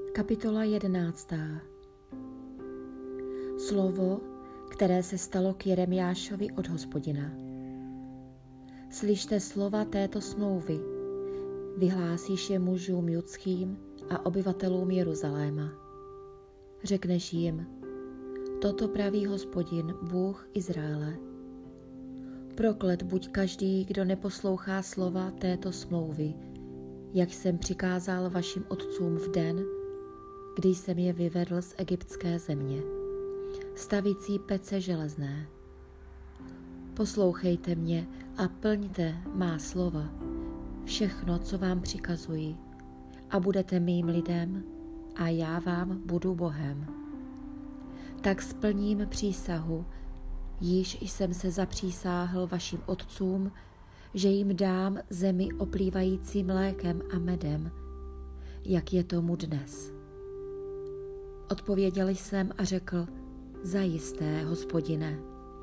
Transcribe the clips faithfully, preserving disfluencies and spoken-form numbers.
Kapitola jedenáctá. Slovo, které se stalo k Jeremiášovi od Hospodina. Slyšte slova této smlouvy, vyhlásíš je mužům judským a obyvatelům Jeruzaléma. Řekneš jim, toto praví Hospodin, Bůh Izraele. Proklet buď každý, kdo neposlouchá slova této smlouvy, jak jsem přikázal vašim otcům v den, když jsem je vyvedl z egyptské země, stavící pece železné. Poslouchejte mě a plňte má slova, všechno, co vám přikazuji, a budete mým lidem a já vám budu Bohem. Tak splním přísahu, již jsem se zapřísáhl vašim otcům, že jim dám zemi oplývající mlékem a medem, jak je tomu dnes. Odpověděl jsem a řekl, zajisté, Hospodine.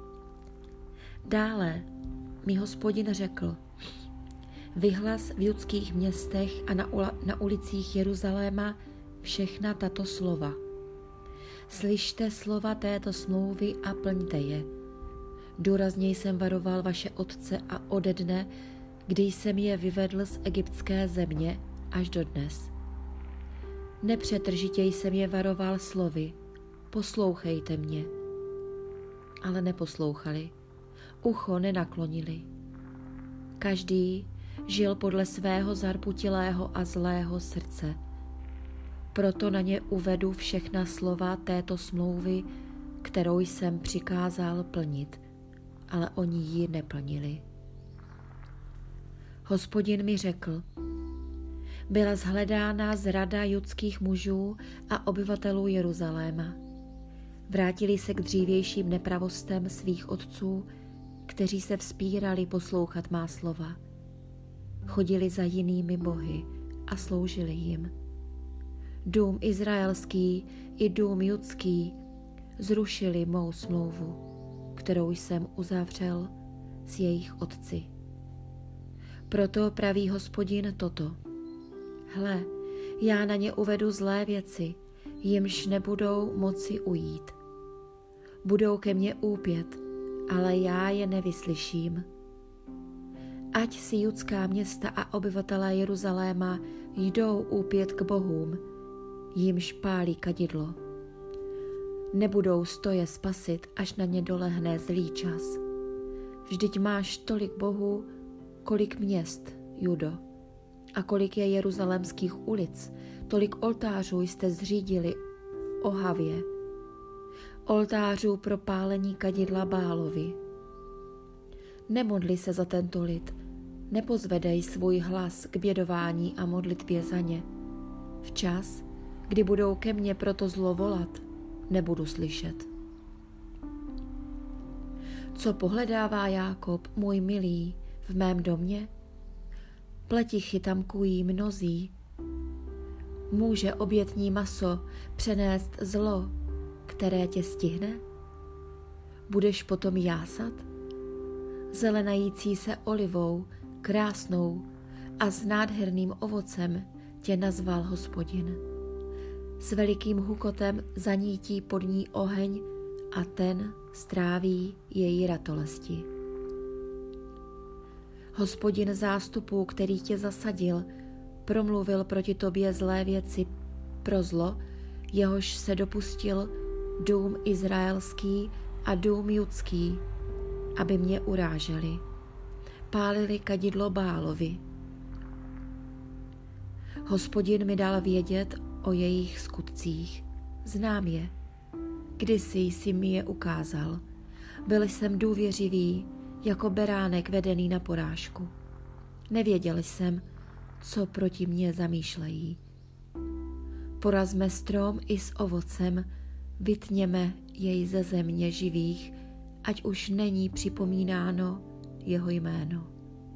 Dále mi Hospodin řekl, vyhlas v judských městech a na, ula, na ulicích Jeruzaléma všechna tato slova. Slyšte slova této smlouvy a plňte je. Důrazně jsem varoval vaše otce a ode dne, kdy jsem je vyvedl z egyptské země až do dnes. Nepřetržitě jsem je varoval slovy, poslouchejte mě. Ale neposlouchali, ucho nenaklonili. Každý žil podle svého zarputilého a zlého srdce. Proto na ně uvedu všechna slova této smlouvy, kterou jsem přikázal plnit, ale oni ji neplnili. Hospodin mi řekl, byla shledána zrada judských mužů a obyvatelů Jeruzaléma. Vrátili se k dřívějším nepravostem svých otců, kteří se vzpírali poslouchat má slova. Chodili za jinými bohy a sloužili jim. Dům izraelský i dům judský zrušili mou smlouvu, kterou jsem uzavřel s jejich otci. Proto praví Hospodin toto. Hle, já na ně uvedu zlé věci, jimž nebudou moci ujít. Budou ke mně úpět, ale já je nevyslyším. Ať si judská města a obyvatelé Jeruzaléma jdou úpět k bohům, jimž pálí kadidlo. Nebudou stoje spasit, až na ně dolehne zlý čas. Vždyť máš tolik bohů, kolik měst, Judo, a kolik je jeruzalémských ulic, tolik oltářů jste zřídili ohavě, oltářů pro pálení kadidla Bálovi. Nemodli se za tento lid, nepozvedej svůj hlas k bědování a modlitbě za ně. Včas, kdy budou ke mně proto zlo volat, nebudu slyšet. Co pohledává Jákob, můj milý, v mém domě? Pletichy tam kují mnozí. Může obětní maso přenést zlo, které tě stihne? Budeš potom jásat? Zelenající se olivou, krásnou a s nádherným ovocem tě nazval Hospodin. S velikým hukotem zanítí pod ní oheň a ten stráví její ratolesti. Hospodin zástupů, který tě zasadil, promluvil proti tobě zlé věci pro zlo, jehož se dopustil dům izraelský a dům judský, aby mě uráželi. Pálili kadidlo Bálovi. Hospodin mi dal vědět o jejich skutcích. Znám je. Kdysi jsi mi je ukázal. Byl jsem důvěřivý, jako beránek vedený na porážku. Nevěděl jsem, co proti mně zamýšlejí. Porazme strom i s ovocem, vytněme jej ze země živých, ať už není připomínáno jeho jméno.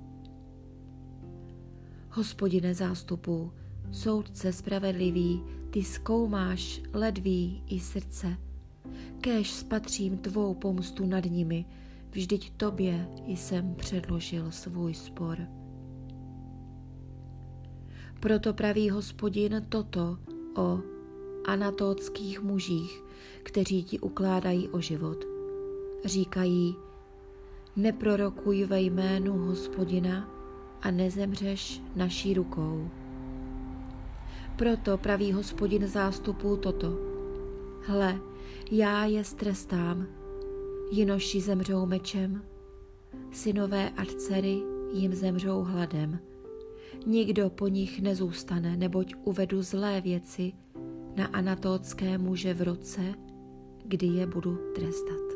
Hospodine zástupů, soudce spravedlivý, ty zkoumáš ledví i srdce. Kéž spatřím tvou pomstu nad nimi, vždyť tobě jsem předložil svůj spor. Proto praví Hospodin toto o anatótských mužích, kteří ti ukládají o život. Říkají, neprorokuj ve jménu Hospodina a nezemřeš naší rukou. Proto praví Hospodin zástupů toto. Hle, já je strestám, jinoši zemřou mečem, synové a dcery jim zemřou hladem. Nikdo po nich nezůstane, neboť uvedu zlé věci na anatótské muže v roce, kdy je budu trestat.